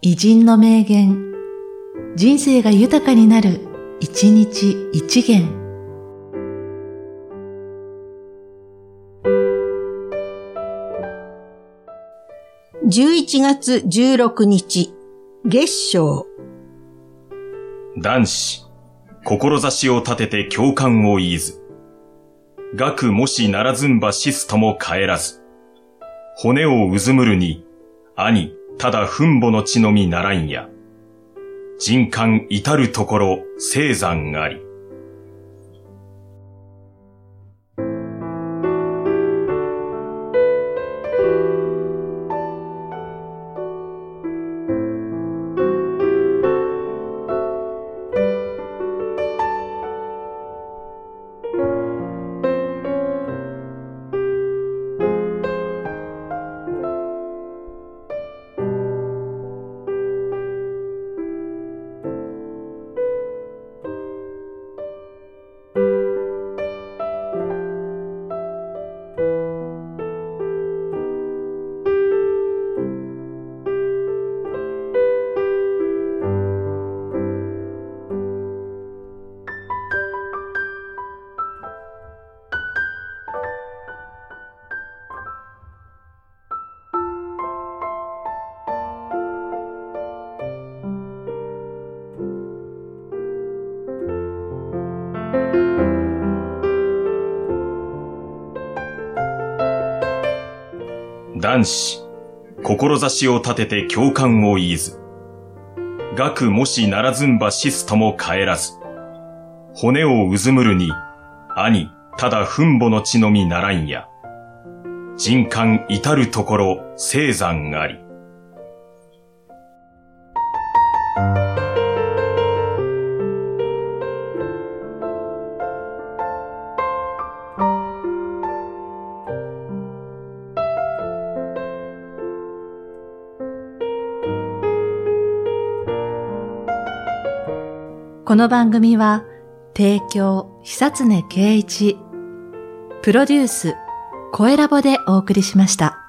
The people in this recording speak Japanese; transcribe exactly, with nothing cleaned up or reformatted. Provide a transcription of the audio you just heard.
偉人の名言、人生が豊かになる、一日一元。 じゅういちがつじゅうろくにち、月照。 男子、志を立てて教官を言いず。学もしならずんば死すとも帰らず。骨をうずむるに、兄、ただ墳墓の地のみならんや。人間至るところ、青山あり。男子、志を立てて教官を言いず。学もしならずんば死すとも帰らず。骨をうずむるに、兄、ただ墳墓の地のみならんや。人間至るところ、青山あり。 この番組は、提供、久常圭一、プロデュース、声ラボでお送りしました。